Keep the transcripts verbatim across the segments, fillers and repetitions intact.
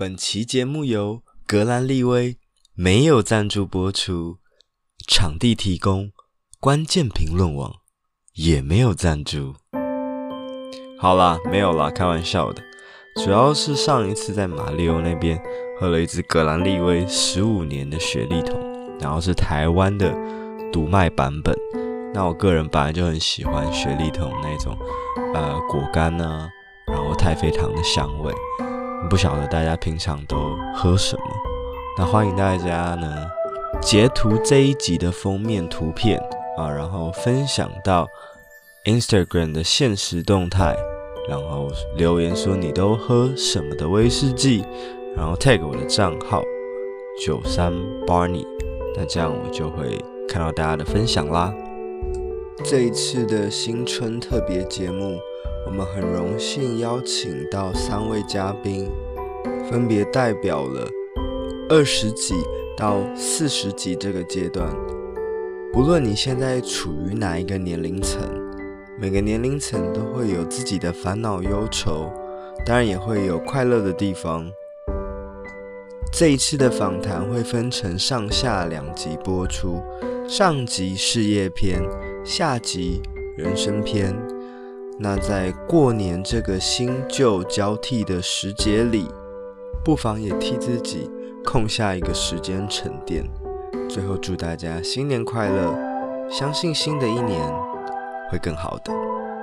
本期节目由格兰利威没有赞助播出，场地提供关键评论网也没有赞助。好啦，没有啦，开玩笑的。主要是上一次在马里欧那边喝了一支格兰利威十五年的雪莉桶，然后是台湾的独卖版本。那我个人本来就很喜欢雪莉桶那种呃果干啊，然后太妃糖的香味。不晓得大家平常都喝什么？那欢迎大家呢截图这一集的封面图片啊，然后分享到 Instagram 的限时动态，然后留言说你都喝什么的威士忌，然后 tag 我的账号九三 Barney， 那这样我就会看到大家的分享啦。这一次的新春特别节目，我们很荣幸邀请到三位嘉宾，分别代表了二十几到四十几这个阶段。不论你现在处于哪一个年龄层，每个年龄层都会有自己的烦恼忧愁，当然也会有快乐的地方。这一次的访谈会分成上下两集播出，上集事业篇，下集人生篇。那在过年这个新旧交替的时节里，不妨也替自己空下一个时间沉淀。最后祝大家新年快乐，相信新的一年会更好的。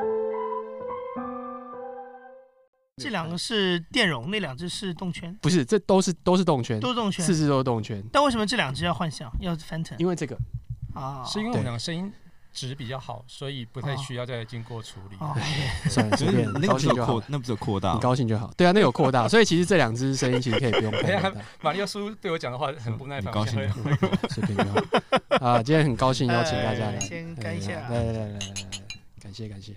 这两个是电容，那两只是动圈？ 不是，这都是都是动圈， 都是动圈， 四只都是动圈。 但为什么这两只要换向，要翻腾？ 因为这个啊， 是因为我们两个声音质比较好，所以不太需要再经过处理。 哦， 算了，随便， 那个不是有扩，那不是有扩大， 你高兴就好。对啊，那有扩大，所以其实这两只声音其实可以不用太大。 马里奥叔对我讲的话很不耐烦， 高兴随便就好。啊，今天很高兴邀请大家来， 先干一下， 来来来来来来，感谢感谢。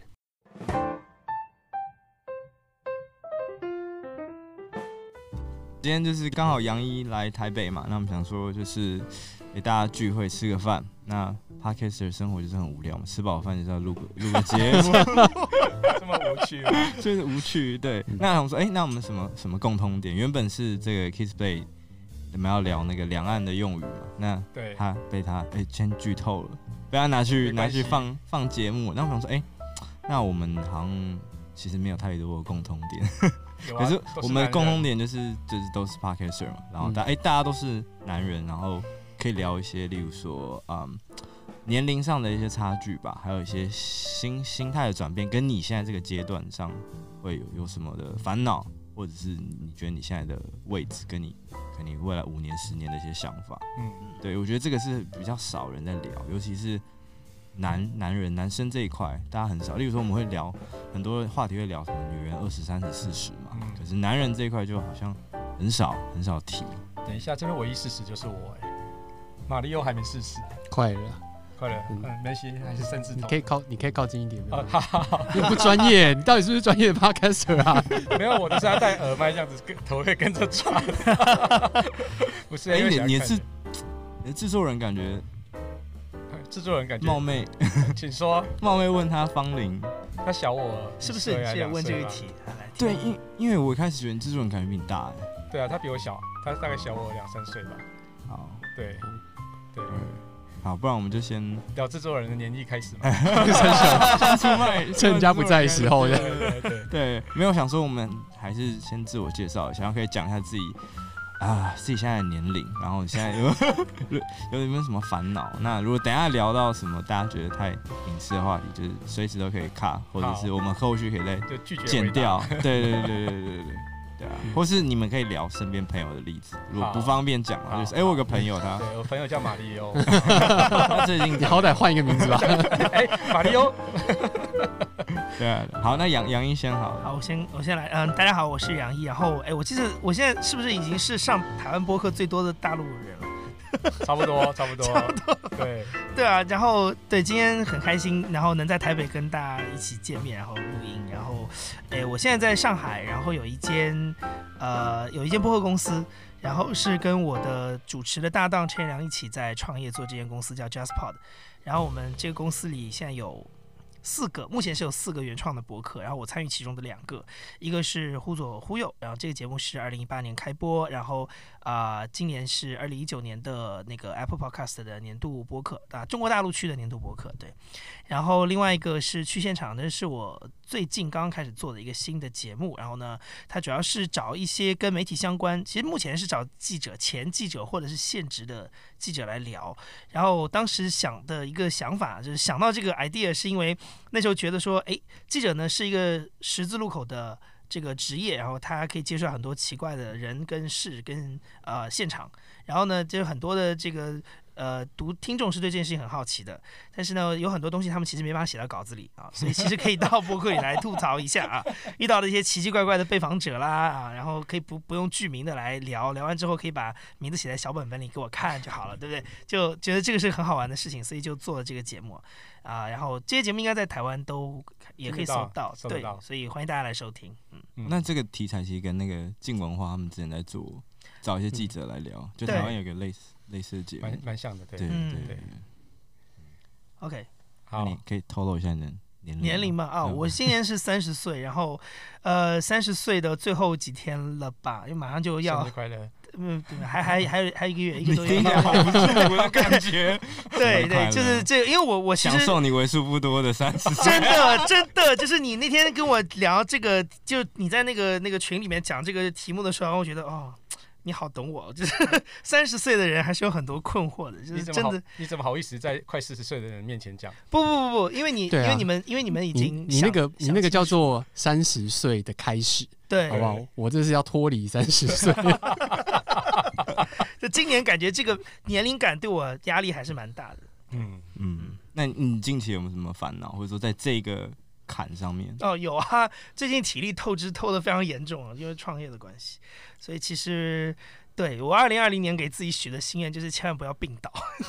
今天就是刚好杨一来台北嘛，那我们想说就是给大家聚会吃个饭。那 Podcaster 的生活就是很无聊嘛，吃饱饭就是要录个录个节目， 这么无趣， 就是无趣。对，那我们说，哎、欸，那我们什么什么共通点？原本是这个 Kissplay 我们要聊那个两岸的用语嘛，那他被他哎、欸、先剧透了，被他拿去拿去放放节目。那我想说，哎、欸，那我们好像其实没有太多的共通点。可是我们的共同点就是就是都是 podcaster 嘛，然后大哎、欸、大家都是男人，然后可以聊一些，例如说嗯年龄上的一些差距吧，还有一些心心态的转变，跟你现在这个阶段上会有有什么的烦恼，或者是你觉得你现在的位置跟你跟你未来五年十年的一些想法，嗯，对我觉得这个是比较少人在聊，尤其是。男男人男生这一块大家很少，例如说我们会聊很多话题，会聊什么女人二十三十四十嘛、嗯，可是男人这一块就好像很少很少提。 等一下，这边唯一事实就是我哎、欸，马里奥还没四十， 快了， 快了，嗯，没事，还是三字头。 你可以靠，你可以靠近一点。 啊，好好好， 你不专业，你到底是不是专业的 podcaster 啊？ 没有，我都是要戴耳麦这样子，头会跟着转。不是，因为、欸、 你的制，你的制作人感觉。 制作人感觉冒昧， 请说。 冒昧问他芳龄， 他小我是不是？你现在问这一题， 对，因因为我一开始觉得你制作人感觉比你大哎。 对啊，他比我小，他大概小我两三岁吧。 好， 对，对， 好，不然我们就先聊制作人的年纪开始嘛。 先出卖， 趁人家不在的时候， 对对对对，没有想说我们还是先自我介绍一下，然后可以讲一下自己。啊，自己现在的年龄，然后现在有有没有什么烦恼？那如果等一下聊到什么大家觉得太隐私的话题，就是随时都可以 cut， 或者是我们后续可以再剪掉。对对对对对对对对啊！或是你们可以聊身边朋友的例子，如果不方便讲的，就是哎、欸，我有个朋友他， 对我朋友叫马里欧， 他最近你好歹换一个名字吧。 哎、欸，马里欧。 对啊，好，那杨杨一先好。 好，我先我先来，嗯，大家好，我是杨一。然后，哎，我记得我现在是不是已经是上台湾播客最多的大陆人了？ 差不多，差不多， 差不多。 对， 对啊，然后对，今天很开心，然后能在台北跟大家一起见面，然后录音。然后，哎，我现在在上海，然后有一间呃有一间播客公司，然后是跟我的主持的搭档陈良一起在创业做这间公司叫 JustPod。然后我们这个公司里现在有四个，目前是有四个原创的播客，然后我参与其中的两个，一个是忽左忽右，然后这个节目是二零一八年开播，然后啊、呃，今年是二零一九年的那个 Apple Podcast 的年度播客啊，中国大陆区的年度播客，对。然后另外一个是去现场，这是我最近刚刚开始做的一个新的节目，然后呢，它主要是找一些跟媒体相关，其实目前是找记者、前记者或者是现职的记者来聊。然后当时想的一个想法，就是想到这个 idea， 是因为那时候觉得说，哎，记者呢是一个十字路口的这个职业，然后他可以接触到很多奇怪的人跟事跟呃现场，然后呢，就很多的这个。呃，读听众是对这件事情很好奇的，但是呢，有很多东西他们其实没办法写到稿子里啊，所以其实可以到播客里来吐槽一下啊，遇到的一些奇奇怪怪的被访者啦啊，然后可以不不用具名的来聊，聊完之后可以把名字写在小本本里给我看就好了，对不对？就觉得这个是很好玩的事情，所以就做了这个节目啊。然后这些节目应该在台湾都也可以搜到， 到对，所以欢迎大家来收听。嗯， 嗯那这个题材其实跟那个静文化他们之前在做，找一些记者来聊，嗯、就台湾有个类似。类似的节目， 蛮蛮像的，对对嗯、 对对。 OK， 好， 你可以透露一下你的年龄年龄吗？啊、哦，我今年是三十岁，然后呃，三十岁的最后几天了吧，因为马上就要生日快乐。 嗯，对，还还还有还有一个月，一个多月， 好不舒服的感觉。 对对，就是这个，因为我我其实享受你为数不多的三十岁， 真的真的，就是你那天跟我聊这个，就你在那个那个群里面讲这个题目的时候，我觉得哦。你好懂我，就是三十岁的人还是有很多困惑的，就是真的。 你怎么好意思在快四十岁的人面前讲？ 不不不不，因为你、 啊、 因为你们因为你们已经你, 你那个你那个叫做三十岁的开始， 对， 好不好？我这是要脱离三十岁。 就今年感觉这个年龄感对我压力还是蛮大的。 嗯嗯，那你近期有没有什么烦恼，或者说在这个坎上面？ 哦，有啊，最近体力透支透得非常严重啊，因为创业的关系，所以其实对我二零二零年给自己许的心愿就是千万不要病倒。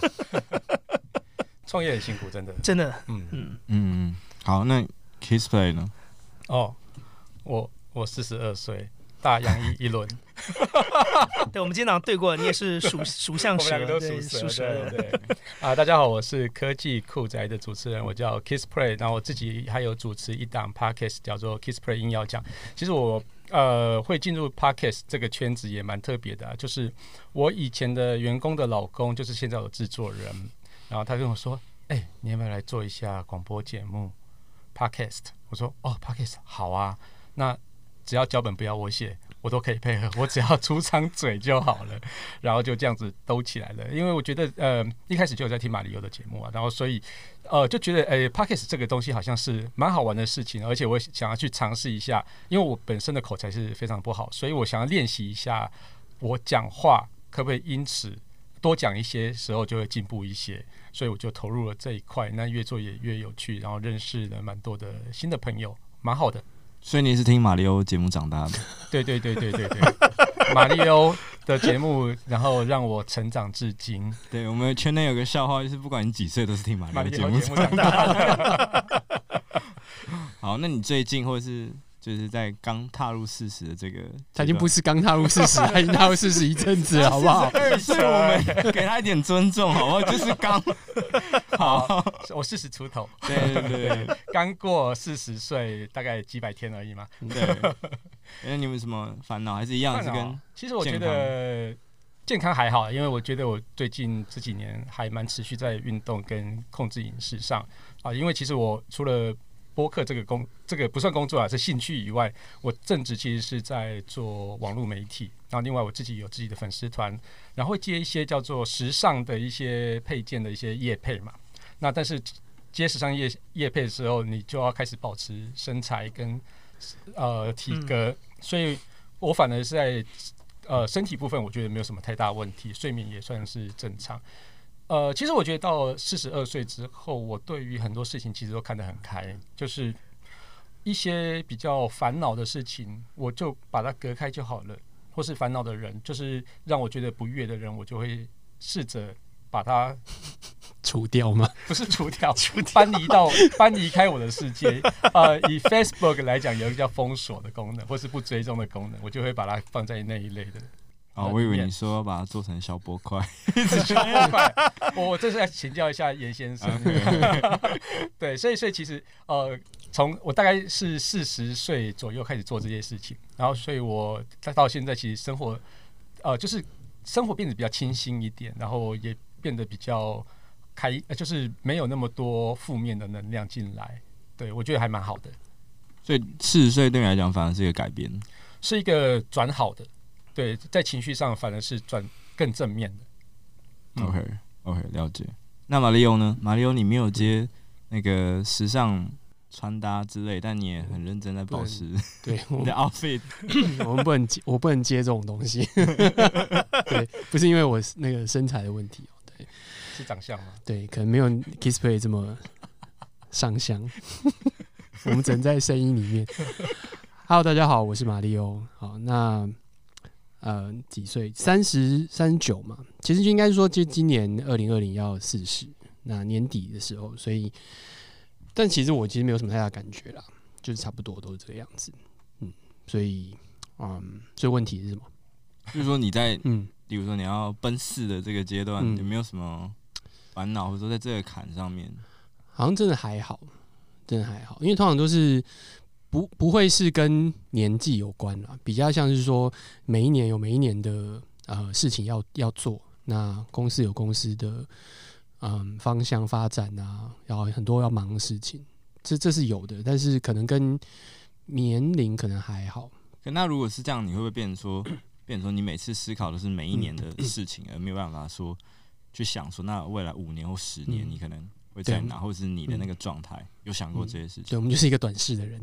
创业很辛苦，真的， 真的， 嗯嗯嗯。好，那 Kissplay 呢？ 哦，我我四十二岁，大洋一一轮。 对，我们今天早上对过，你也是属属相蛇， 我们两个都属蛇，蛇对对啊，大家好，我是科技酷宅的主持人，我叫 Kissplay， 然后我自己还有主持一档 podcast 叫做 Kissplay 硬要讲。其实我呃会进入 podcast 这个圈子也蛮特别的、啊，就是我以前的员工的老公就是现在有制作人，然后他跟我说，哎、欸，你要不要来做一下广播节目 podcast？ 我说哦 podcast 好啊，那只要脚本不要我写。我都可以配合，我只要出张嘴就好了，然后就这样子兜起来了。因为我觉得，呃，一开始就有在听马里欧的节目啊，然后所以，呃，就觉得，诶 ，Podcast 这个东西好像是蛮好玩的事情，而且我想要去尝试一下，因为我本身的口才是非常不好，所以我想要练习一下，我讲话可不可以因此多讲一些时候就会进步一些，所以我就投入了这一块，那越做也越有趣，然后认识了蛮多的新的朋友，蛮好的。 所以你是听马里欧节目长大的？ 对对对对对对，马里欧的节目，然后让我成长至今。 对，我们圈内有个笑话，就是不管你几岁，都是听马里欧节目长大的。好，那你最近或是就是在刚踏入四十的这个， 他已经不是刚踏入四十，他已经踏入四十一阵子了，好不好？ 所以我们给他一点尊重，好不好？就是刚好， 我四十出头， 对对对， 刚过四十岁，大概几百天而已嘛。 对，那你们什么烦恼？还是一样是跟？ 其实我觉得健康还好，因为我觉得我最近这几年还蛮持续在运动跟控制饮食上啊，因为其实我除了播客这个工，这个不算工作啊，是兴趣以外，我正职其实是在做网络媒体，然后另外我自己有自己的粉丝团，然后会接一些叫做时尚的一些配件的一些业配嘛。那但是接时尚业业配的时候，你就要开始保持身材跟呃体格，嗯、所以我反而是在呃身体部分，我觉得没有什么太大问题，睡眠也算是正常。呃，其实我觉得到四十二岁之后，我对于很多事情其实都看得很开，就是一些比较烦恼的事情，我就把它隔开就好了，或是烦恼的人，就是让我觉得不悦的人，我就会试着把它除掉吗？ 不是除掉，搬离到搬离开我的世界。呃，以 Facebook 来讲，有一个叫封锁的功能，或是不追踪的功能，我就会把它放在那一类的。 哦，我以为你说要把它做成小波块， 小波块。我这是来请教一下严先生。对，所以所以其实呃，从我大概是四十岁左右开始做这些事情，然后所以我到现在其实生活呃就是生活变得比较清新一点，然后也变得比较开，就是没有那么多负面的能量进来。对，我觉得还蛮好的。 所以四十岁对你来讲反而是一个改变， 是一个转好的。对，在情绪上反而是转更正面的。 嗯、OK OK， 了解。那马里欧呢？马里欧，你没有接那个时尚穿搭之类，但你也很认真在保持对你的 outfit。 我们不能接，我不能接这种东西。对，不是因为我那个身材的问题哦，对， 是长相吗？ 对，可能没有 Kissplay 这么上香。我们只能在声音里面。Hello， 大家好，我是马里欧。好，那。呃，几岁？三十三十九嘛，其实就应该说，就今年二零二零要四十，那年底的时候，所以，但其实我其实没有什么太大感觉啦，就是差不多都是这个样子，嗯，所以，嗯，所以问题是什么？ 就是说你在， 嗯， 比如说你要奔四的这个阶段，嗯、有没有什么烦恼，或者说在这个坎上面？ 好像真的还好，真的还好，因为通常都是。不不会是跟年纪有关啦，比较像是说每一年有每一年的呃事情要要做，那公司有公司的嗯方向发展啊，然后很多要忙的事情，这这是有的，但是可能跟年龄可能还好。 可那如果是这样，你会不会变成说，变成说你每次思考的是每一年的事情，而没有办法说去想说，那未来五年或十年你可能会在哪，或者是你的那个状态、嗯，有想过这些事情？ 对，我们就是一个短视的人。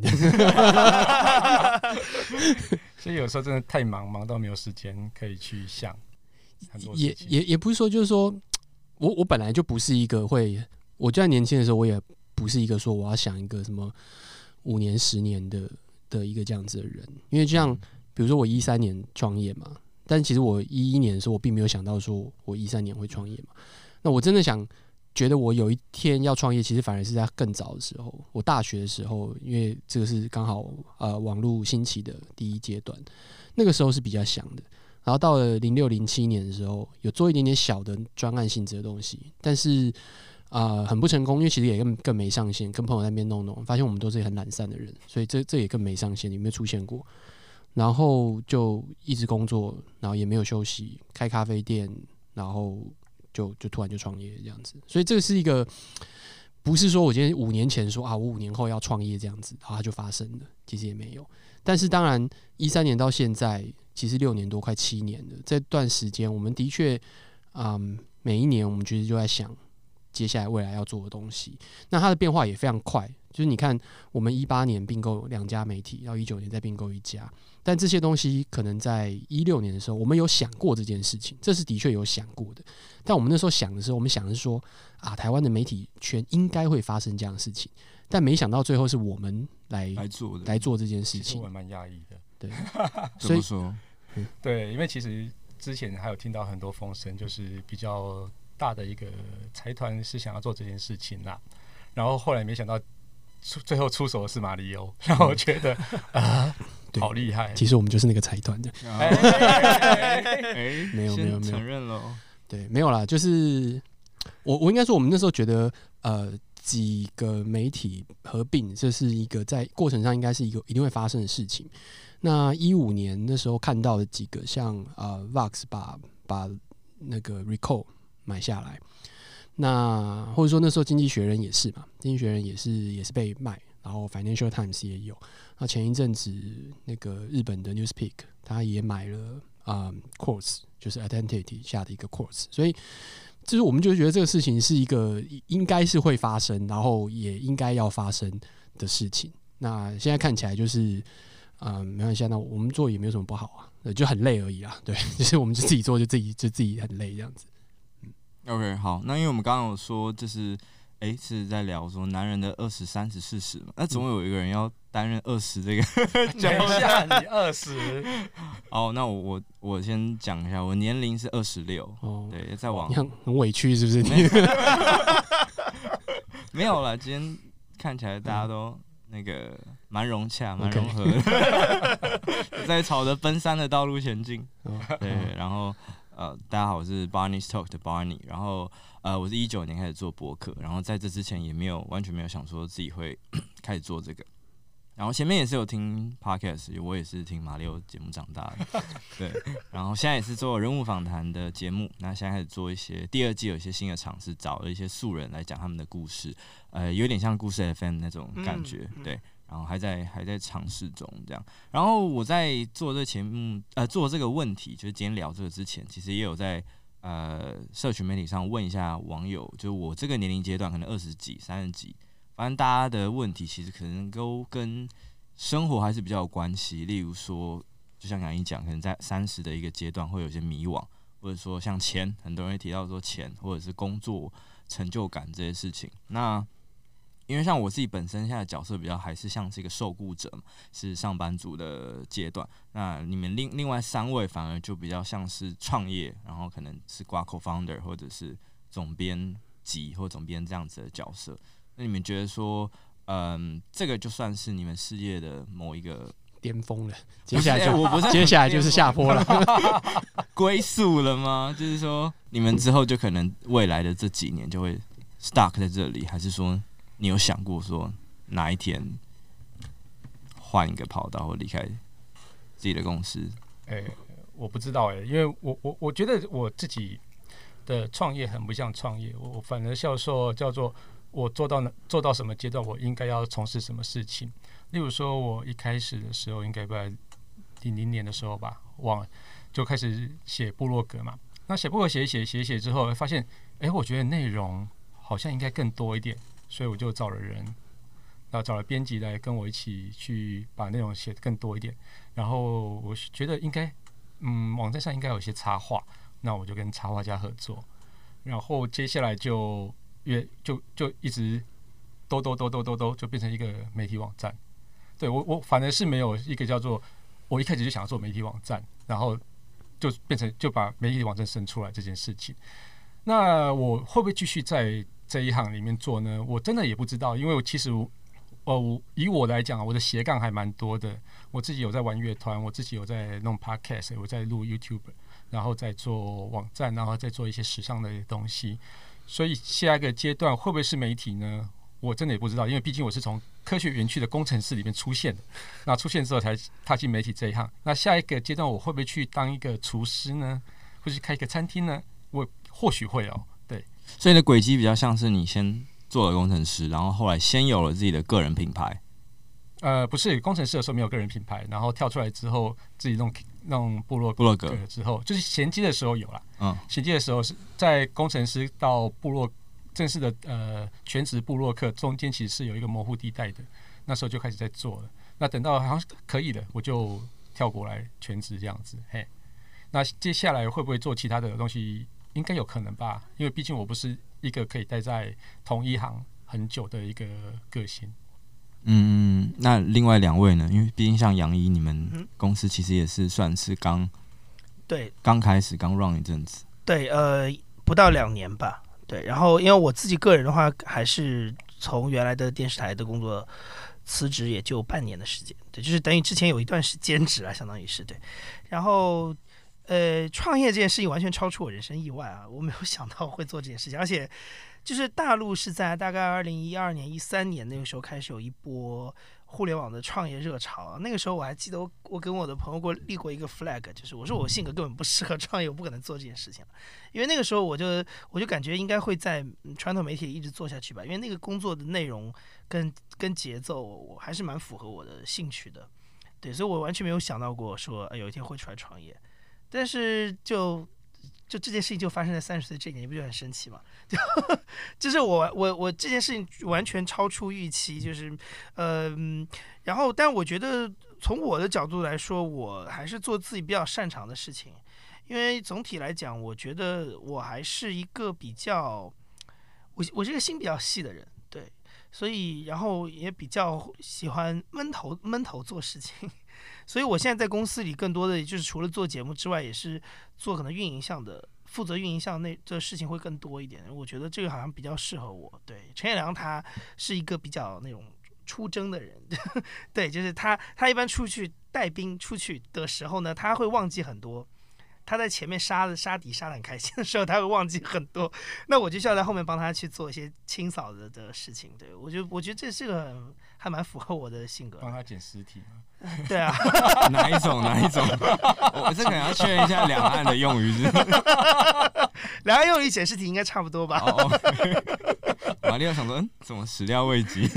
所以有时候真的太忙，忙到没有时间可以去想很多事情。 也也也不是说，就是说我我本来就不是一个会，我就在年轻的时候，我也不是一个说我要想一个什么五年、十年的的一个这样子的人。因为就像比如说我一三年创业嘛，但其实我一一年的时候，我并没有想到说我一三年会创业嘛。那我真的想。觉得我有一天要创业，其实反而是在更早的时候。我大学的时候，因为这个是刚好呃网络兴起的第一阶段，那个时候是比较想的。然后到了零六零七年的时候，有做一点点小的专案性质的东西，但是啊、呃、很不成功，因为其实也更更没上线。跟朋友在那边弄弄，发现我们都是很懒散的人，所以这这也更没上线，有没有出现过？然后就一直工作，然后也没有休息，开咖啡店，然后。就就突然就创业这样子，所以这个是一个不是说我今天五年前说啊，我五年后要创业这样子，然后它就发生了，其实也没有。但是当然，一三年到现在，其实六年多，快七年了。这段时间，我们的确，嗯，每一年我们其实就在想接下来未来要做的东西。那它的变化也非常快，就是你看，我们一八年并购两家媒体，然后一九年再并购一家。但这些东西可能在一六年的时候，我们有想过这件事情，这是的确有想过的。但我们那时候想的时候，我们想的是说，啊，台湾的媒体圈应该会发生这样的事情，但没想到最后是我们来来做的， 来做这件事情。 其实我蛮讶异的， 对， 所以说， 对，因为其实之前还有听到很多风声，就是比较大的一个财团是想要做这件事情啦，然后后来没想到最后出手的是马里欧，让我觉得啊。好厉害！ 其实我们就是那个财团的， 哎、欸， 没有没有没有承认了， 对，没有啦，就是我我应该说，我们那时候觉得，呃，几个媒体合并，这是一个在过程上应该是一个一定会发生的事情。那一五年那时候看到的几个，像呃 Vox 把把那个 Recall 买下来，那或者说那时候经济学人也是嘛，经济学人也是也是被卖。然后 Financial Times 也有，那前一阵子那个日本的 Newspeak 他也买了啊、嗯、Quartz， 就是 Identity 下的一个 Quartz， 所以就是我们就觉得这个事情是一个应该是会发生，然后也应该要发生的事情。那现在看起来就是啊、嗯、没关系，那我们做也没有什么不好啊，就很累而已啦。对，就是我们就自己做就自己就自己很累这样子。 嗯、OK， 好，那因为我们刚刚有说就是。哎，是在聊说男人的二十、三十、四十嘛？那总有一个人要担任二十这个讲一下你二十。 哦，那我我我先讲一下，我年龄是二十六。哦，对，再往你很很委屈是不是？ 没有啦，今天看起来大家都那个蛮融洽、蛮融合的，在朝着奔三的道路前进。对，然后呃，大家好，我是 Barney's Talk 的 Barney， 然后呃，我是一九年开始做播客，然后在这之前也没有完全没有想说自己会开始做这个。然后前面也是有听 podcast， 我也是听马里奥节目长大的，对。然后现在也是做人物访谈的节目，那现在开始做一些第二季有一些新的尝试，找了一些素人来讲他们的故事，呃，有点像故事 F M 那种感觉，嗯、对。然后还在还在尝试中这样。然后我在做这个节目，呃，做这个问题，就是今天聊这个之前，其实也有在呃社群媒体上问一下网友，就是我这个年龄阶段，可能二十几、三十几。反正大家的问题其实可能都跟生活还是比较有关系，例如说，就像杨一讲，可能在三十的一个阶段会有一些迷惘，或者说像钱，很多人会提到说钱，或者是工作成就感这些事情。那因为像我自己本身现在的角色比较还是像是一个受雇者嘛，是上班族的阶段。那你们另另外三位反而就比较像是创业，然后可能是挂 co-founder 或者是总编辑或总编这样子的角色。那你们觉得说，嗯，这个就算是你们事业的某一个巅峰了，接下来就、 欸、我不是接下来就是下坡了， 归宿了吗？就是说，你们之后就可能未来的这几年就会 stuck 在这里，还是说你有想过说哪一天换一个跑道或离开自己的公司？ 哎、欸，我不知道哎、欸，因为我我我觉得我自己的创业很不像创业，我反而叫做叫做。我做到做到什么阶段，我应该要从事什么事情？例如说，我一开始的时候，应该在零零年的时候吧，忘了，就开始写部落格嘛。那写部落格写一写写一写之后，发现，哎、欸，我觉得内容好像应该更多一点，所以我就找了人，然后找了编辑来跟我一起去把内容写得更多一点。然后我觉得应该，嗯，网站上应该有一些插画，那我就跟插画家合作。然后接下来就。越就就一直兜兜兜兜兜兜，就变成一个媒体网站。对我我反而是没有一个叫做我一开始就想要做媒体网站，然后就变成就把媒体网站生出来这件事情。那我会不会继续在这一行里面做呢？我真的也不知道，因为我其实哦，以我来讲，我的斜杠还蛮多的。我自己有在玩乐团，我自己有在弄 podcast， 我在录 YouTube， 然后在做网站，然后再做一些时尚的东西。所以下一个阶段会不会是媒体呢？我真的也不知道，因为毕竟我是从科学园区的工程师里面出现的，那出现之后才踏进媒体这一行。那下一个阶段我会不会去当一个厨师呢？或是开一个餐厅呢？我或许会哦。对， 所以你的轨迹比较像是你先做了工程师，然后后来先有了自己的个人品牌。 呃，不是，工程师的时候没有个人品牌，然后跳出来之后自己弄弄部落部落格之后，就是衔接的时候有啦。 嗯， 衔接的时候是在工程师到部落正式的呃全职部落客中间，其实是有一个模糊地带的。那时候就开始在做了。那等到好像可以了，我就跳过来全职这样子。嘿，那接下来会不会做其他的东西？应该有可能吧，因为毕竟我不是一个可以待在同一行很久的一个个性。 嗯，那另外两位呢？因为毕竟像杨一，你们公司其实也是算是刚对刚开始刚 run 一阵子， 对，呃，不到两年吧。对，然后因为我自己个人的话，还是从原来的电视台的工作辞职，也就半年的时间。对，就是等于之前有一段时间兼职啊，相当于是对。然后呃，创业这件事情完全超出我人生意外啊，我没有想到会做这件事情，而且。就是大陆是在大概二零一二年、一三年那个时候开始有一波互联网的创业热潮。那个时候我还记得我，我跟我的朋友过立过一个 flag， 就是我说我性格根本不适合创业，我不可能做这件事情。因为那个时候我就我就感觉应该会在传统媒体一直做下去吧，因为那个工作的内容跟跟节奏我还是蛮符合我的兴趣的。对，所以我完全没有想到过说、呃、有一天会出来创业，但是就。就这件事情就发生在三十岁这一年，你不觉得很神奇吗？就就是我我我这件事情完全超出预期，就是呃，然后但我觉得从我的角度来说，我还是做自己比较擅长的事情，因为总体来讲，我觉得我还是一个比较我我是一个心比较细的人，对，所以然后也比较喜欢闷头闷头做事情。所以我现在在公司里更多的就是除了做节目之外，也是做可能运营项的，负责运营项那这事情会更多一点。我觉得这个好像比较适合我。对，陈彦良他是一个比较那种出征的人，对，就是他他一般出去带兵出去的时候呢，他会忘记很多。他在前面杀的杀敌杀得很开心的时候，他会忘记很多，那我就需要在后面帮他去做一些清扫的的事情。对，我觉得我觉得这是个还蛮符合我的性格。 帮他捡尸体吗？ 对啊， 哪一种哪一种？我这可能要确认一下两岸的用语是。 两岸用语捡尸体应该差不多吧？ 哦哦、马里奥想说，嗯，怎么始料未及？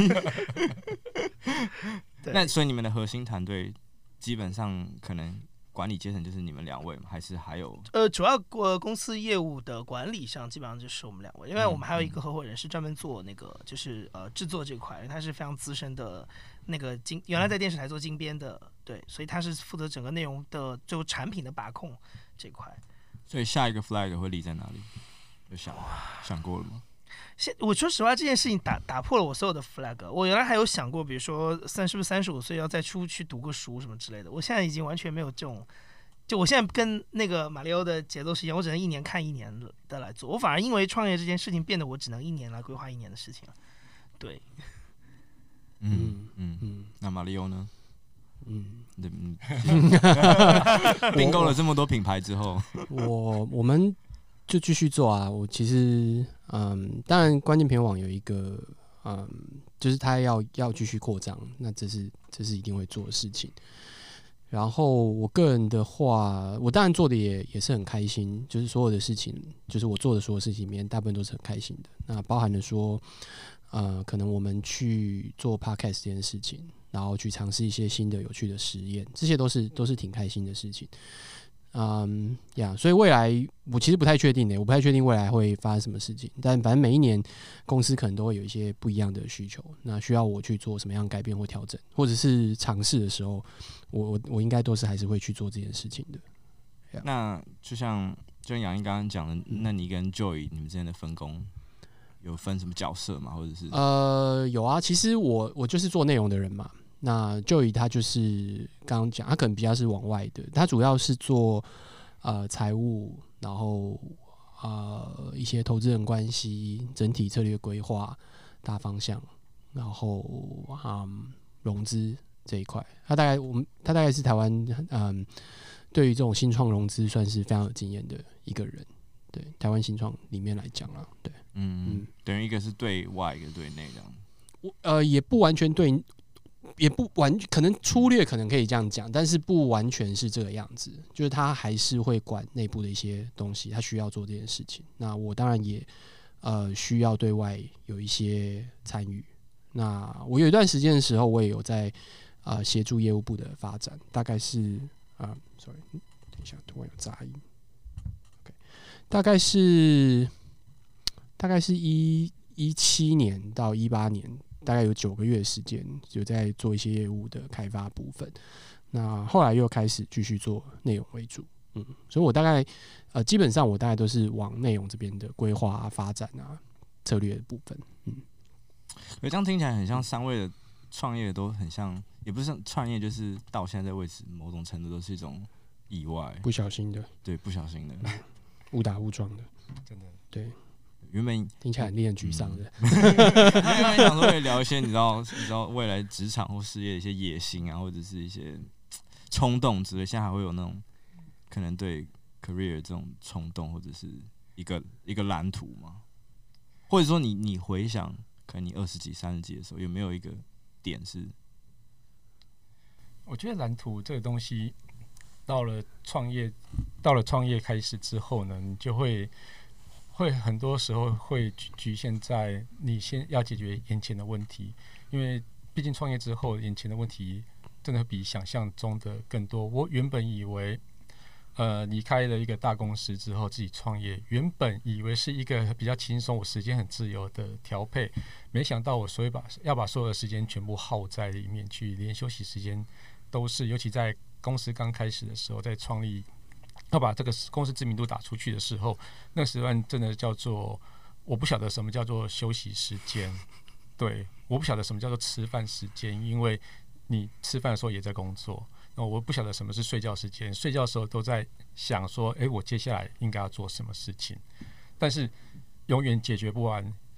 那所以你们的核心团队基本上可能。管理阶层就是你们两位吗？还是还有？ 呃，主要呃公司业务的管理上基本上就是我们两位，因为我们还有一个合伙人是专门做那个就是呃制作这块，他是非常资深的那个经，原来在电视台做经编的，对，所以他是负责整个内容的就产品的把控这块。 所以下一个 flag 会立在哪里？有想想过了吗？ 现我说实话，这件事情打打破了我所有的 flag。我原来还有想过，比如说三是不是三十五岁要再出去读个书什么之类的。我现在已经完全没有这种，就我现在跟那个马里奥的节奏是一样，我只能一年看一年的来做。我反而因为创业这件事情变得我只能一年来规划一年的事情了。对， 嗯嗯嗯。那马里奥呢？嗯，嗯，并购了这么多品牌之后， 我我们。就继续做啊！我其实，嗯，当然，关键评论网有一个，嗯，就是他要要继续扩张，那这是这是一定会做的事情。然后我个人的话，我当然做的也也是很开心，就是所有的事情，就是我做的所有事情里面，大部分都是很开心的。那包含了说，呃，可能我们去做 podcast 这件事情，然后去尝试一些新的有趣的实验，这些都是都是挺开心的事情。嗯呀，所以未来我其实不太确定的，我不太确定未来会发生什么事情。但反正每一年公司可能都会有一些不一样的需求，那需要我去做什么样改变或调整，或者是尝试的时候，我我我应该都是还是会去做这件事情的。 那就像就像杨毅刚刚讲的，那你跟 Joy 你们之间的分工有分什么角色吗？或者是呃有啊，其实我我就是做内容的人嘛。那 Joey 他就是刚刚讲，他可能比较是往外的，他主要是做呃财务，然后呃一些投资人关系、整体策略规划、大方向，然后嗯融资这一块，他大概我们他大概是台湾嗯对于这种新创融资算是非常有经验的一个人，对台湾新创里面来讲啦，对， 嗯嗯，等于一个是对外，一个对内这样， 我呃也不完全对。也不完，可能粗略可能可以这样讲，但是不完全是这个样子。就是他还是会管内部的一些东西，他需要做这件事情。那我当然也呃需要对外有一些参与。那我有一段时间的时候，我也有在呃协助业务部的发展，大概是啊、呃、，sorry， 等一下，突然有杂音。OK， 大概是大概是一一七年到一八年。大概有九个月的时间，有在做一些业务的开发部分。那后来又开始继续做内容为主，嗯，所以我大概呃基本上我大概都是往内容这边的规划啊、发展啊、策略的部分，嗯。 所以这样听起来很像三位的创业都很像，也不是像创业，就是到现在为止，某种程度都是一种意外， 不小心的， 对，不小心的， 误打误撞的， 真的， 对。 原本听起来很令人沮丧的。 嗯、原本想说会聊一些你知道，你知道未来职场或事业的一些野心啊，或者是一些冲动之类。现在还会有那种可能对 career 这种冲动，或者是一个一个蓝图吗？或者说你你回想，可能你二十几、三十几的时候，有没有一个点是？ 我觉得蓝图这个东西，到了创业，到了创业开始之后呢，你就会。会很多时候会局限在你先要解决眼前的问题，因为毕竟创业之后，眼前的问题真的比想象中的更多。我原本以为，呃，离开了一个大公司之后自己创业，原本以为是一个比较轻松，我时间很自由的调配，没想到我所以把要把所有的时间全部耗在里面去，连休息时间都是，尤其在公司刚开始的时候，在创立。要把这个公司知名度打出去的时候，那个时段真的叫做我不晓得什么叫做休息时间，对，我不晓得什么叫做吃饭时间，因为你吃饭的时候也在工作，那我不晓得什么是睡觉时间，睡觉的时候都在想说，哎，我接下来应该要做什么事情，但是永远解决不完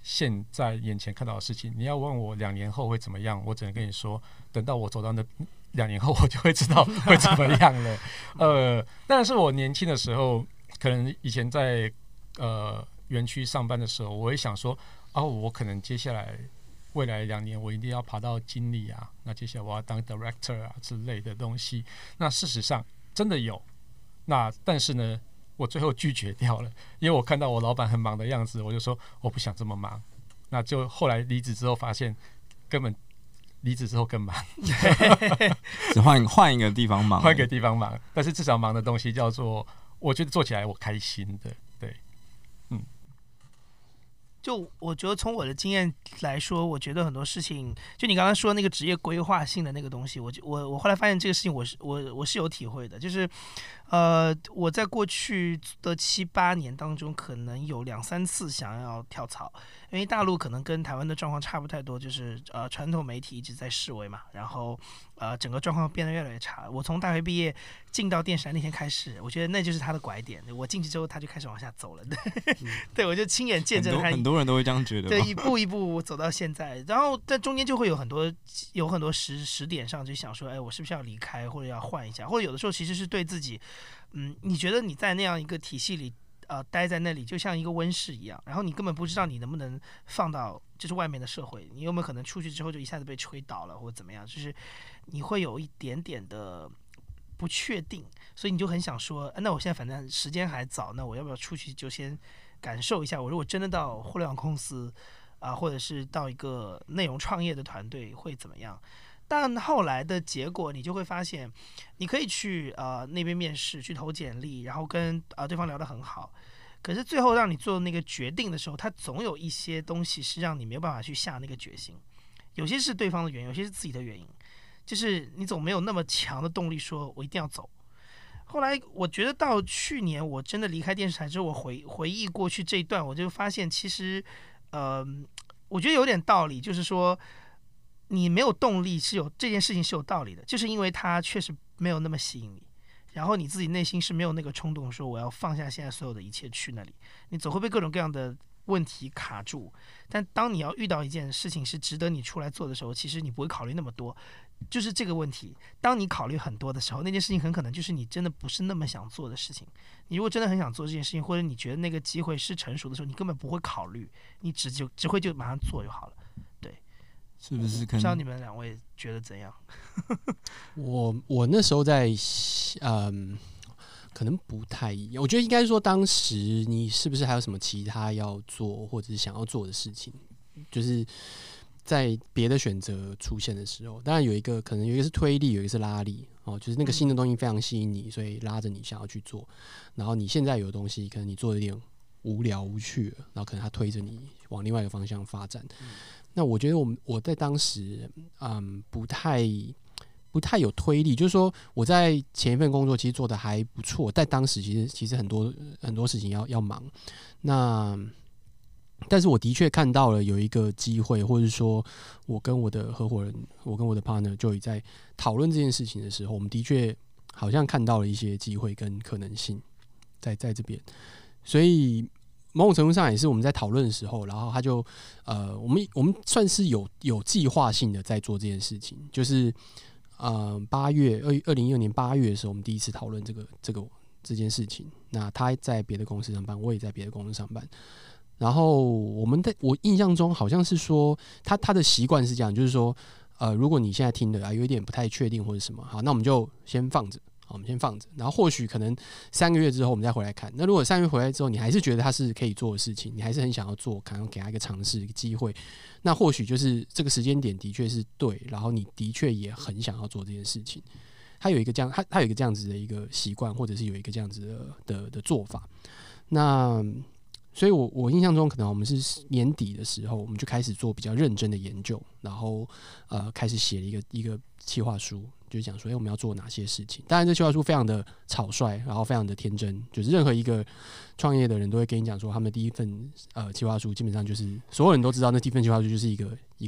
现在眼前看到的事情。你要问我两年后会怎么样，我只能跟你说，等到我走到那两年后，我就会知道会怎么样了。呃，但是我年轻的时候，可能以前在呃园区上班的时候，我会想说，哦，我可能接下来未来两年我一定要爬到经理啊，那接下来我要当 director 啊之类的东西。那事实上真的有，那但是呢，我最后拒绝掉了，因为我看到我老板很忙的样子，我就说我不想这么忙。那就后来离职之后发现，根本离职之后更忙， 只换换一个地方忙， 换一个地方忙，但是至少忙的东西叫做，我觉得做起来我开心的，对，嗯。 就我觉得从我的经验来说，我觉得很多事情，就你刚刚说那个职业规划性的那个东西，我我我后来发现这个事情我是我我是有体会的，就是，呃，我在过去的七八年当中，可能有两三次想要跳槽，因为大陆可能跟台湾的状况差不太多，就是呃传统媒体一直在示威嘛，然后呃整个状况变得越来越差。我从大学毕业进到电视台那天开始，我觉得那就是他的拐点。我进去之后，他就开始往下走了。对，嗯、对我就亲眼见证他。 很多很多人都会这样觉得。 对，一步一步走到现在，然后在中间就会有很多有很多时时点上就想说，哎，我是不是要离开，或者要换一下，或者有的时候其实是对自己，嗯，你觉得你在那样一个体系里。呃，待在那里就像一个温室一样，然后你根本不知道你能不能放到就是外面的社会，你有没有可能出去之后就一下子被吹倒了或者怎么样，就是你会有一点点的不确定，所以你就很想说，那我现在反正时间还早，那我要不要出去就先感受一下？我如果真的到互联网公司啊、呃，或者是到一个内容创业的团队会怎么样？但后来的结果，你就会发现，你可以去呃那边面试，去投简历，然后跟呃对方聊得很好。可是最后让你做那个决定的时候，他总有一些东西是让你没有办法去下那个决心。有些是对方的原因，有些是自己的原因，就是你总没有那么强的动力说我一定要走。后来我觉得到去年我真的离开电视台之后，我回回忆过去这一段，我就发现其实，呃，我觉得有点道理，就是说。你没有动力是有这件事情是有道理的，就是因为它确实没有那么吸引你，然后你自己内心是没有那个冲动说我要放下现在所有的一切去那里，你总会被各种各样的问题卡住。但当你要遇到一件事情是值得你出来做的时候，其实你不会考虑那么多，就是这个问题。当你考虑很多的时候，那件事情很可能就是你真的不是那么想做的事情。你如果真的很想做这件事情，或者你觉得那个机会是成熟的时候，你根本不会考虑，你只就只会就马上做就好了。 是不是？ 不知道你们两位觉得怎样？ 我我那时候在，嗯，可能不太一样。我觉得应该说，当时你是不是还有什么其他要做或者是想要做的事情？就是在别的选择出现的时候，当然有一个可能有一个是推力，有一个是拉力哦，就是那个新的东西非常吸引你，所以拉着你想要去做。然后你现在有的东西，可能你做的有点无聊无趣了，然后可能它推着你往另外一个方向发展。嗯，那我觉得我们我在当时，嗯，不太不太有推力，就是说我在前一份工作其实做的还不错，在当时其实其实很多很多事情要要忙，那但是我的确看到了有一个机会，或者说我跟我的合伙人，我跟我的 partner 就在讨论这件事情的时候，我们的确好像看到了一些机会跟可能性在在这边，所以。某种程度上也是我们在讨论的时候，然后他就呃，我们我们算是有有计划性的在做这件事情，就是呃八月二二零一二年八月的时候，我们第一次讨论这个这个这件事情。那他在别的公司上班，我也在别的公司上班。然后我们的我印象中好像是说，他他的习惯是这样，就是说呃，如果你现在听的啊有一点不太确定或者什么，好，那我们就先放着。好，我们先放着，然后或许可能三个月之后我们再回来看。那如果三个月回来之后，你还是觉得它是可以做的事情，你还是很想要做，可能给他一个尝试、一个机会，那或许就是这个时间点的确是对，然后你的确也很想要做这件事情。他有一个这样，他他有一个这样子的一个习惯，或者是有一个这样子的的的做法。那所以我，我我印象中，可能我们是年底的时候，我们就开始做比较认真的研究，然后呃，开始写了一个一个企划书。就是讲说，哎、欸，我们要做哪些事情？当然，这计划书非常的草率，然后非常的天真，就是任何一个创业的人都会跟你讲说，他们的第一份呃计划书基本上就是所有人都知道，那第一份计划书就是一个一个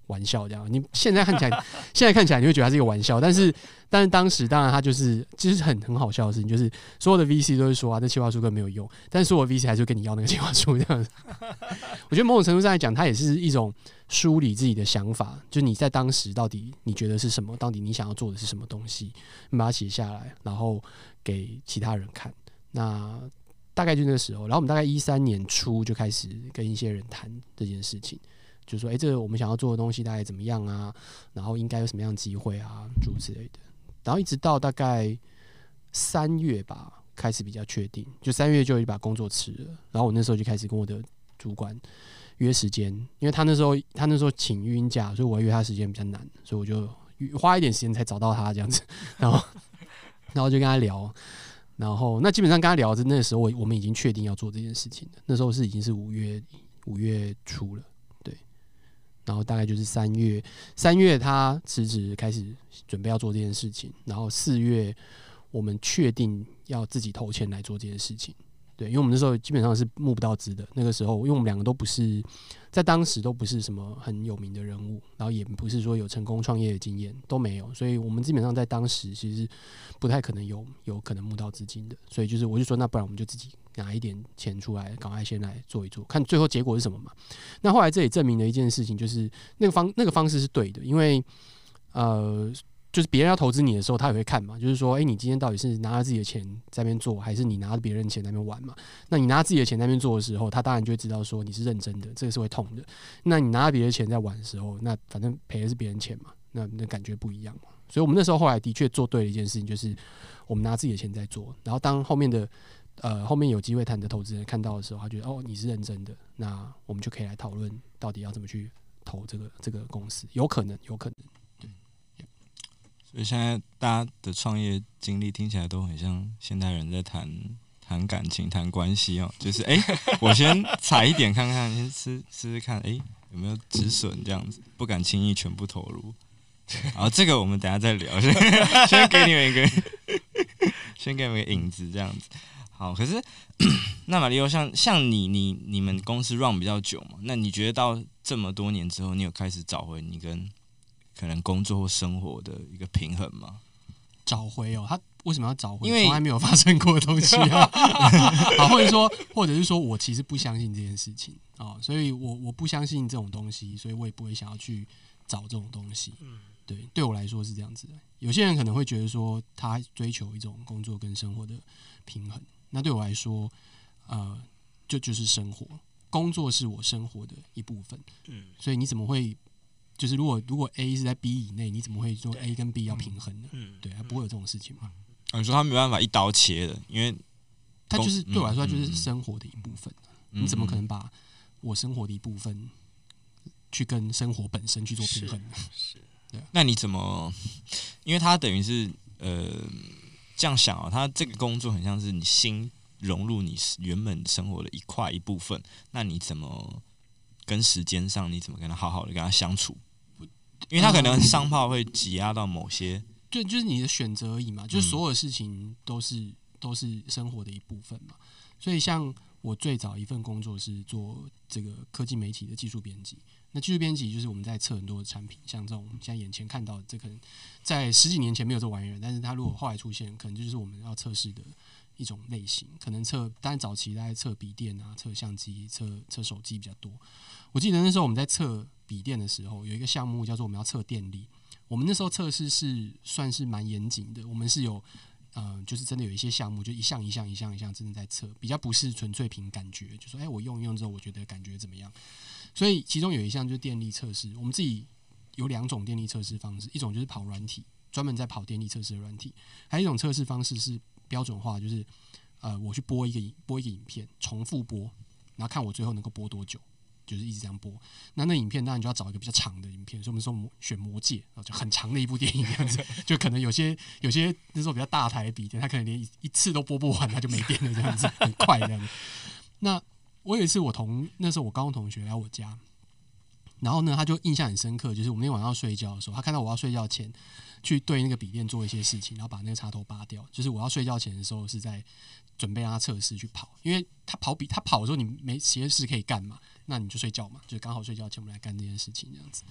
玩笑这样。你现在看起来，现在看起来你会觉得它是一个玩笑，但是但是当时当然它就是就是很很好笑的事情，就是所有的 V C 都是说啊，这企划书根本没有用，但是所有的 V C 还是会跟你要那个企划书这样子。我觉得某种程度上来讲，它也是一种梳理自己的想法，就你在当时到底你觉得是什么，到底你想要做的是什么东西，你把它写下来，然后给其他人看。那大概就那个时候，然后我们大概一三年初就开始跟一些人谈这件事情，就说：“哎、欸，这个我们想要做的东西大概怎么样啊？然后应该有什么样的机会啊，诸如此类的。”然后一直到大概三月吧，开始比较确定，就三月就把工作辞了。然后我那时候就开始跟我的主管约时间，因为他那时候他那时候请育婴假，所以我要约他时间比较难，所以我就花一点时间才找到他这样子。然后，然后就跟他聊。然后，那基本上跟他聊的那时候，我们已经确定要做这件事情了。那时候是已经是五月五月初了，对。然后大概就是三月，三月他辞职开始准备要做这件事情，然后四月我们确定要自己投钱来做这件事情。对，因为我们那时候基本上是募不到资的。那个时候，因为我们两个都不是在当时都不是什么很有名的人物，然后也不是说有成功创业的经验，都没有，所以我们基本上在当时其实不太可能有有可能募到资金的。所以就是我就说，那不然我们就自己拿一点钱出来，赶快先来做一做，看最后结果是什么嘛。那后来这也证明了一件事情，就是那个方那个方式是对的，因为呃。就是别人要投资你的时候，他也会看嘛。就是说，哎、欸，你今天到底是拿着自己的钱在那边做，还是你拿着别人的钱在那边玩嘛？那你拿自己的钱在那边做的时候，他当然就会知道说你是认真的，这个是会痛的。那你拿着别人的钱在玩的时候，那反正赔的是别人钱嘛，那那感觉不一样嘛。所以我们那时候后来的确做对了一件事情，就是我们拿自己的钱在做。然后当后面的呃后面有机会谈的投资人看到的时候，他觉得哦你是认真的，那我们就可以来讨论到底要怎么去投这个这个公司，有可能，有可能。 所以现在大家的创业经历听起来都很像现代人在谈谈感情、谈关系哦。就是哎、欸，我先踩一点看看，先试试试看，哎、欸，有没有止损这样子，不敢轻易全部投入。然后这个我们等一下再聊，先先给你们一个，先给你们一个影子这样子。好，可是那马里奥像像你你你们公司 run 比较久嘛，那你觉得到这么多年之后，你有开始找回你跟可能工作或生活的一个平衡吗？ 找回哦，他为什么要找回？ 因为从来没有发生过的东西啊。好，或者说，或者是说我其实不相信这件事情啊、哦，所以我我不相信这种东西，所以我也不会想要去找这种东西。嗯，对，对我来说是这样子的。有些人可能会觉得说，他追求一种工作跟生活的平衡，那对我来说，呃，就就是生活，工作是我生活的一部分。嗯，所以你怎么会？就是如果如果 A 是在 B 以内，你怎么会说 A 跟 B 要平衡呢？嗯，对，它不会有这种事情嘛。 你说他没办法一刀切的，因为它就是对我来说，它就是生活的一部分。嗯、你怎么可能把我生活的一部分去跟生活本身去做平衡呢？是，对。 那你怎么？因为他等于是呃这样想啊，他这个工作很像是你心融入你原本生活的一块一部分，那你怎么跟时间上你怎么跟他好好的跟他相处？因为他可能商炮会挤压到某些， 对，就是你的选择而已嘛，就是所有事情都是都是生活的一部分嘛。所以像我最早一份工作是做这个科技媒体的技术编辑，那技术编辑就是我们在测很多的产品，像这种现在眼前看到的，这可能在十几年前没有这玩意儿，但是它如果后来出现，可能就是我们要测试的一种类型，可能测，当然早期大概测笔电啊、测相机、测测手机比较多。我记得那时候我们在测笔电的时候，有一个项目叫做我们要测电力。我们那时候测试是算是蛮严谨的，我们是有呃，就是真的有一些项目，就一项一项一项一项真的在测，比较不是纯粹凭感觉，就说哎、欸，我用一用之后，我觉得感觉怎么样？所以其中有一项就是电力测试，我们自己有两种电力测试方式，一种就是跑软体，专门在跑电力测试的软体，还有一种测试方式是标准化，就是呃，我去播一个播一个影片，重复播，然后看我最后能够播多久。就是一直这样播，那那影片当然就要找一个比较长的影片，所以我们说选魔戒，就很长的一部电影这样子，就可能有些有些那时候比较大台的笔电，它可能连 一, 一次都播不完，它就没电了这样子，很快这样子。那我有一次我同那时候我高中同学来我家，然后呢他就印象很深刻，就是我们那天晚上要睡觉的时候，他看到我要睡觉前去对那个笔电做一些事情，然后把那个插头拔掉，就是我要睡觉前的时候是在准备让他测试去跑，因为他跑比他跑的时候你没些事可以干嘛，那你就睡觉嘛，就刚好睡觉前我们来干这件事情这样子。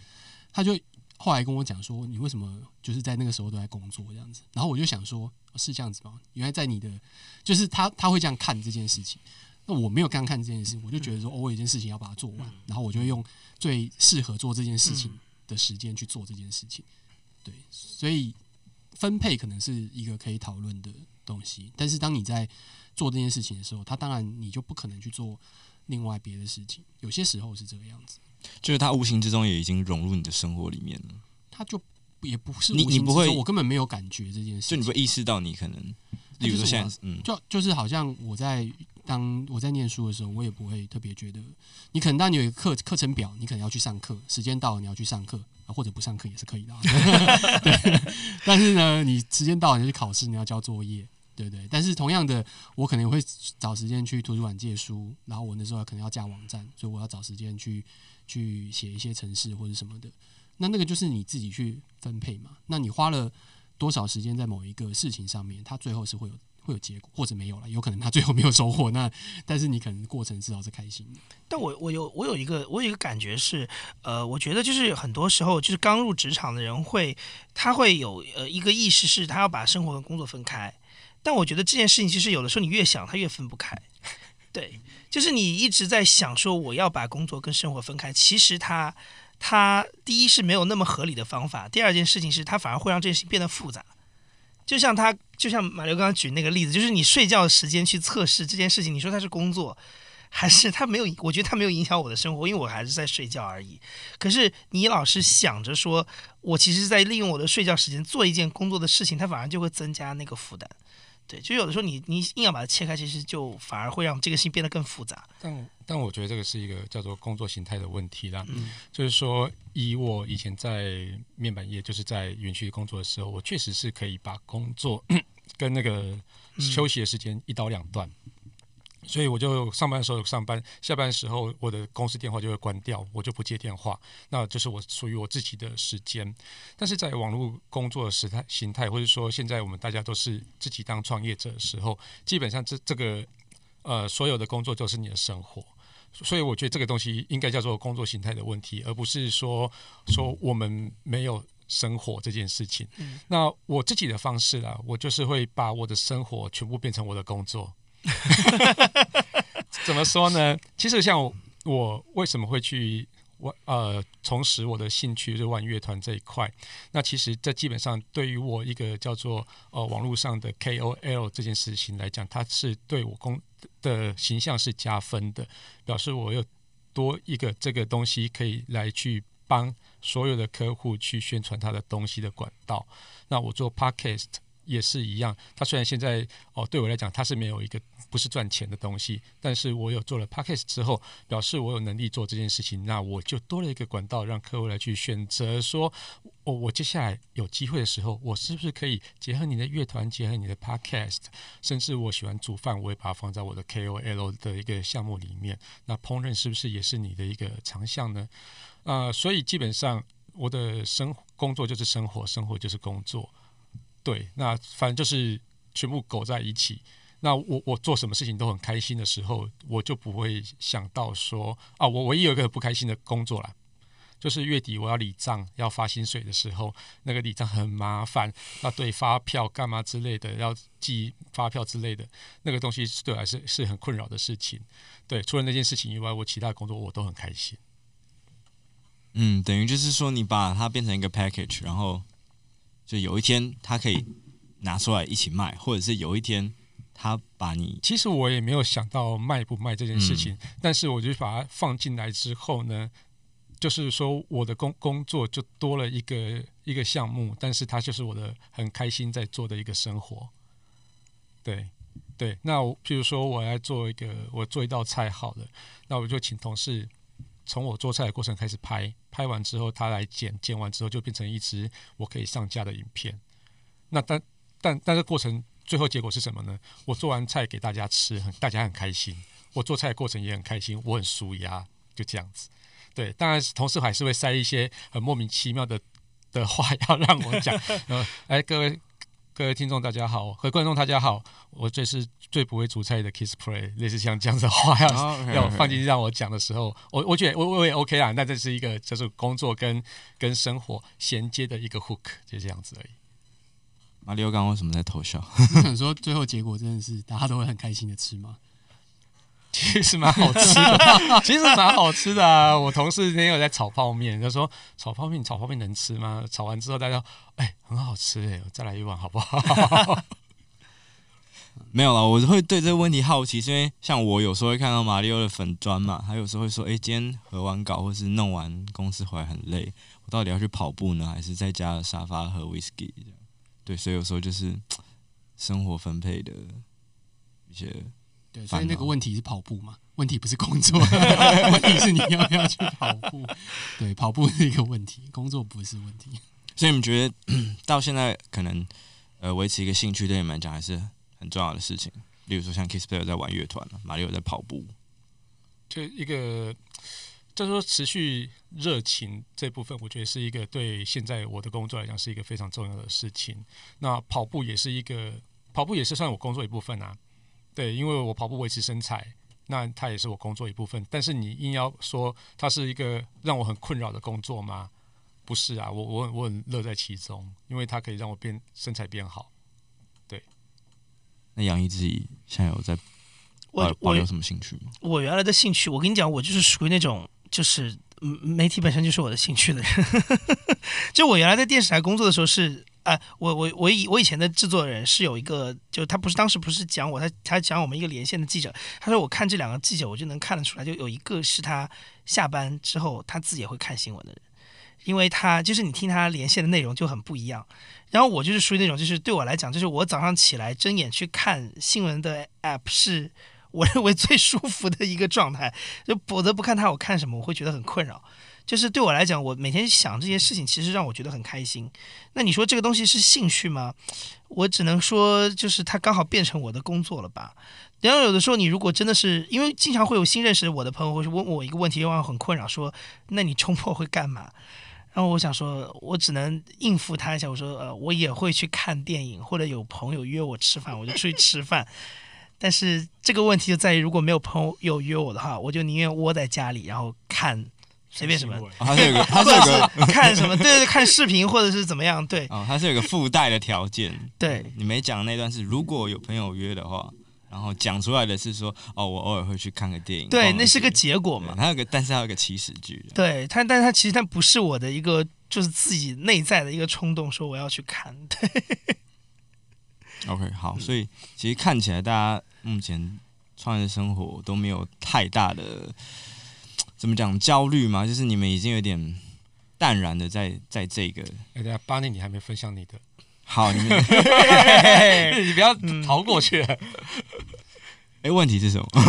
他就后来跟我讲说，你为什么就是在那个时候都在工作这样子？然后我就想说，哦、是这样子吗？原来在你的，就是他他会这样看这件事情。那我没有刚看这件事，我就觉得说，哦，我有一件事情要把它做完，然后我就会用最适合做这件事情的时间去做这件事情。对，所以分配可能是一个可以讨论的东西，但是当你在做这件事情的时候，他当然你就不可能去做另外别的事情，有些时候是这个样子。 就是他无形之中也已经融入你的生活里面了。 他就也不是无你形之中， 你不会， 我根本没有感觉这件事情， 就你不会意识到你可能，例如说现在，嗯， 就就是好像我在当我在念书的时候，我也不会特别觉得，你可能当你有一个课课程表，你可能要去上课，时间到了你要去上课，或者不上课也是可以的、啊。对，但是呢，你时间到了你要去考试，你要交作业。对对，但是同样的，我可能会找时间去图书馆借书，然后我那时候可能要架网站，所以我要找时间去去写一些程式或者什么的。那那个就是你自己去分配嘛。那你花了多少时间在某一个事情上面，它最后是会有会有结果，或者没有了，有可能它最后没有收获。那但是你可能过程至少是开心的。 但我我有我有一个我有一个感觉是，呃，我觉得就是很多时候就是刚入职场的人会他会有呃一个意识是他要把生活跟工作分开。但我觉得这件事情其实有的时候你越想它越分不开，对，就是你一直在想说我要把工作跟生活分开，其实它它第一是没有那么合理的方法，第二件事情是它反而会让这件事情变得复杂。就像他就像马刘刚刚举那个例子，就是你睡觉的时间去测试这件事情，你说它是工作还是它没有？我觉得它没有影响我的生活，因为我还是在睡觉而已。可是你老是想着说我其实是在利用我的睡觉时间做一件工作的事情，它反而就会增加那个负担。对，就有的时候你你硬要把它切开，其实就反而会让这个事情变得更复杂。 但但我觉得这个是一个叫做工作形态的问题啦。 嗯， 就是说，以我以前在面板业，就是在园区工作的时候，我确实是可以把工作跟那个休息的时间一刀两断。嗯，所以我就上班的时候上班，下班的时候我的公司电话就会关掉，我就不接电话，那就是我属于我自己的时间。但是在网络工作的时态形态，或者说现在我们大家都是自己当创业者的时候，基本上这这个呃所有的工作都是你的生活。所以我觉得这个东西应该叫做工作形态的问题，而不是说说我们没有生活这件事情。 嗯， 那我自己的方式啦，我就是会把我的生活全部变成我的工作。怎么说呢？其实像 我, 我为什么会去呃重拾我的兴趣，就是玩乐团这一块。那其实这基本上对于我一个叫做呃网络上的 K O L 这件事情来讲，它是对我公的形象是加分的，表示我有多一个这个东西可以来去帮所有的客户去宣传他的东西的管道。那我做 Podcast也是一样，它虽然现在哦对我来讲它是没有一个不是赚钱的东西，但是我有做了 Podcast 之后，表示我有能力做这件事情，那我就多了一个管道让客户来去选择说，哦，我接下来有机会的时候，我是不是可以结合你的乐团，结合你的 Podcast， 甚至我喜欢煮饭，我也把它放在我的 K O L 的一个项目里面。那烹饪是不是也是你的一个长项呢？呃，所以基本上我的生工作就是生活，生活就是工作。对，那反正就是全部苟在一起。那我我做什么事情都很开心的时候，我就不会想到说啊，我唯一有一个不开心的工作啦，就是月底我要理账要发薪水的时候，那个理账很麻烦，要对发票干嘛之类的，要寄发票之类的，那个东西对我来说是很困扰的事情。对，除了那件事情以外，我其他的工作我都很开心。 嗯，等于就是说你把它变成一个 package， 然后就有一天它可以拿出来一起卖，或者是有一天他把你…… 其实我也没有想到卖不卖这件事情，嗯、但是我就把它放进来之后呢，就是说我的工工作就多了一个一个项目，但是它就是我的很开心在做的一个生活。对对，那我譬如说我来做一个，我做一道菜好了，那我就请同事从我做菜的过程开始拍，拍完之后他来剪，剪完之后就变成一支我可以上架的影片。那但但但是过程最后结果是什么呢？我做完菜给大家吃，很大家很开心。我做菜的过程也很开心，我很舒压，就这样子。对，当然同时还是会塞一些很莫名其妙的的话要让我讲。呃，哎，各位各位听众大家好，各位观众大家好，我这是最不会煮菜的 Kiss Play， 类似像这样子的话要、oh, okay, okay. 要放进去让我讲的时候，我我觉得我我也 OK 啦，那这是一个就是工作跟跟生活衔接的一个 hook， 就这样子而已。 马里奥刚刚为什么在偷笑？ 我想说最后结果真的是大家都会很开心的吃吗？ 其实蛮好吃的，其实蛮好吃的啊！我同事那天有在炒泡面，他说炒泡面，炒泡面能吃吗？炒完之后大家哎、欸、很好吃哎，再来一碗好不好？ 没有啦，我会对这个问题好奇，是因为像我有时候会看到马里奥的粉专嘛，他有时候会说，哎、欸，今天合完稿或是弄完公司回来很累，我到底要去跑步呢，还是在家的沙发喝 whisky？ 对，所以有时候就是生活分配的一些。 对，所以那个问题是跑步嘛？问题不是工作，问题是你要不要去跑步。对，跑步是一个问题，工作不是问题。 所以你们觉得到现在可能呃维持一个兴趣对你们来讲还是很重要的事情？例如说像 Kiss Play 在玩乐团，马里奥在跑步， 就一个就是说持续热情这部分，我觉得是一个对现在我的工作来讲是一个非常重要的事情。那跑步也是一个，跑步也是算我工作一部分啊。对，因为我跑步维持身材，那它也是我工作一部分。但是你硬要说它是一个让我很困扰的工作吗？不是啊，我我我很乐在其中，因为它可以让我变身材变好。对。 那杨一自己现在有在保保留什么兴趣吗？ 我原来的兴趣，我跟你讲，我就是属于那种就是媒体本身就是我的兴趣的人。就我原来在电视台工作的时候是。啊，我我我以我以前的制作人是有一个，就他不是当时不是讲我，他他讲我们一个连线的记者，他说我看这两个记者，我就能看得出来，就有一个是他下班之后他自己也会看新闻的人，因为他就是你听他连线的内容就很不一样。然后我就是属于那种，就是对我来讲，就是我早上起来睁眼去看新闻的 app 是我认为最舒服的一个状态，就否则不看它，我看什么我会觉得很困扰。就是对我来讲，我每天想这些事情，其实让我觉得很开心。那你说这个东西是兴趣吗？我只能说，就是它刚好变成我的工作了吧。然后有的时候，你如果真的是，因为经常会有新认识的我的朋友会问我一个问题，让我很困扰，说：“那你周末会干嘛？”然后我想说，我只能应付他一下，我说：“呃，我也会去看电影，或者有朋友约我吃饭，我就出去吃饭。”但是这个问题就在于，如果没有朋友约我的话，我就宁愿窝在家里，然后看。随便什么， 它是有个，它是有个看什么，对对，看视频或者是怎么样，对， 哦，它是有个附带的条件， 对， 你没讲的那段是，如果有朋友约的话，然后讲出来的是说，哦，我偶尔会去看个电影， 对，那是个结果嘛， 它有个，但是它有个起始句， 对，它，但它其实它不是我的一个，就是自己内在的一个冲动，说我要去看，对。 OK， 好，所以其实看起来大家目前创业生活都没有太大的。怎么讲焦虑嘛？就是你们已经有点淡然的在在这个。 哎，等下巴尼，你还没分享你的。 好，你们你不要逃过去了。 哎、嗯，问题是什么？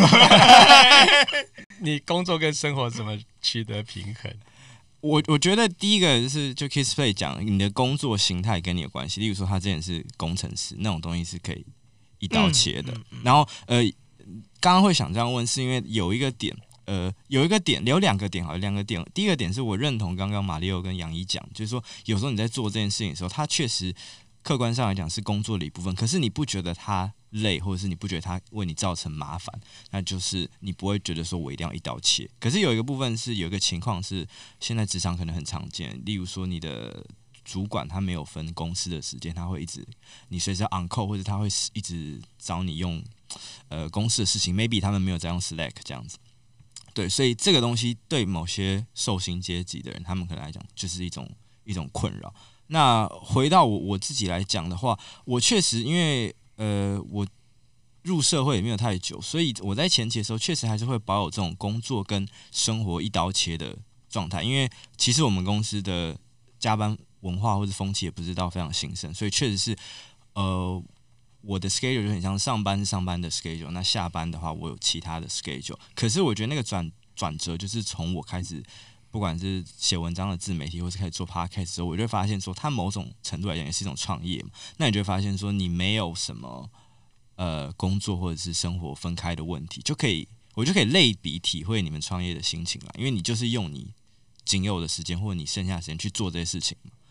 你工作跟生活怎么取得平衡？ 我我觉得第一个就是就 Kiss Play 讲，你的工作形态跟你有关系。例如说，他之前是工程师，那种东西是可以一刀切的。嗯嗯嗯、然后呃，刚刚会想这样问，是因为有一个点。呃，有一个点，有两个点，好，两个点。第一个点是我认同刚刚马里奥跟杨一讲，就是说，有时候你在做这件事情的时候，它确实客观上来讲是工作的一部分，可是你不觉得它累，或者是你不觉得它为你造成麻烦，那就是你不会觉得说我一定要一刀切。可是有一个部分是有一个情况是现在职场可能很常见，例如说你的主管他没有分公司的时间，他会一直你随时 on call， 或者他会一直找你用呃公司的事情 ，maybe 他们没有在用 Slack 这样子。对，所以这个东西对某些受薪阶级的人，他们可能来讲就是一种一种困扰。那回到我我自己来讲的话，我确实因为呃我入社会也没有太久，所以我在前期的时候确实还是会保有这种工作跟生活一刀切的状态。因为其实我们公司的加班文化或者风气也不是到非常兴盛，所以确实是呃。我的 schedule 就很像上班是上班的 schedule， 那下班的话我有其他的 schedule。可是我觉得那个转转折就是从我开始，不管是写文章的自媒体，或是开始做 podcast 的时候，我就会发现说，它某种程度来讲也是一种创业嘛。那你就会发现说，你没有什么呃工作或者是生活分开的问题，就可以我就可以类比体会你们创业的心情啦。因为你就是用你仅有的时间或者你剩下的时间去做这些事情嘛。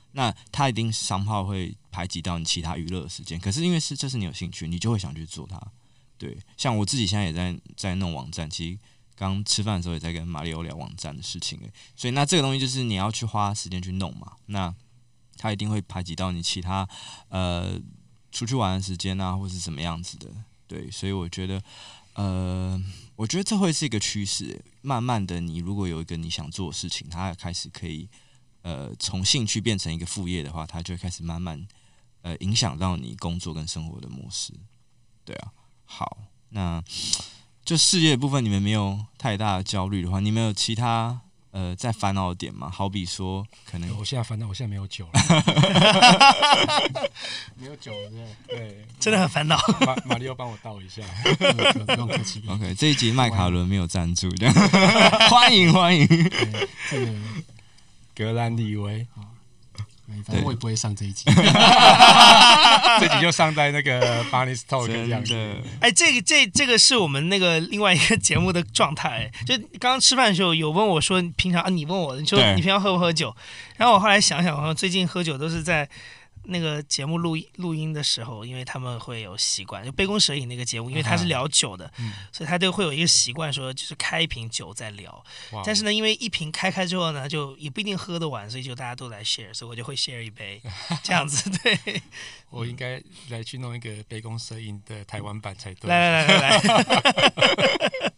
那它一定商号会排挤到你其他娱乐的时间。可是因为是这是你有兴趣，你就会想去做它。对，像我自己现在也在在弄网站，其实刚吃饭的时候也在跟马里欧聊网站的事情。所以那这个东西就是你要去花时间去弄嘛，那它一定会排挤到你其他呃出去玩的时间啊，或是怎么样子的。对，所以我觉得。呃，我觉得这会是一个趋势。慢慢的，你如果有一个你想做的事情，它开始可以呃从兴趣变成一个副业的话，它就会开始慢慢呃影响到你工作跟生活的模式。对啊，好，那就事业的部分，你们没有太大的焦虑的话，你们有其他呃在烦恼的点吗？好比说，可能我现在烦恼，我现在没有酒了， 没有酒了， 对， 真的很烦恼。 马马里奥帮我倒一下， 不用客气。 OK， 这一集麦卡伦没有赞助，这样欢迎欢迎。 这个格兰利威， 反正我也不会上这一集。 这集就上在那个 Barney's Talk 这样子。 哎，这个这这个是我们那个另外一个节目的状态。就刚刚吃饭的时候有问我说，平常啊，你问我，你说你平常喝不喝酒？然后我后来想想，好像最近喝酒都是在那个节目录录音的时候，因为他们会有习惯，就杯弓蛇影那个节目，因为他是聊酒的， 嗯、 所以他就会有一个习惯，说就是开一瓶酒再聊。但是呢，因为一瓶开开之后呢，就也不一定喝得完，所以就大家都来 share， 所以我就会 share 一杯，这样子。对， 我应该来去弄一个杯弓蛇影的台湾版才对。 来来来来来。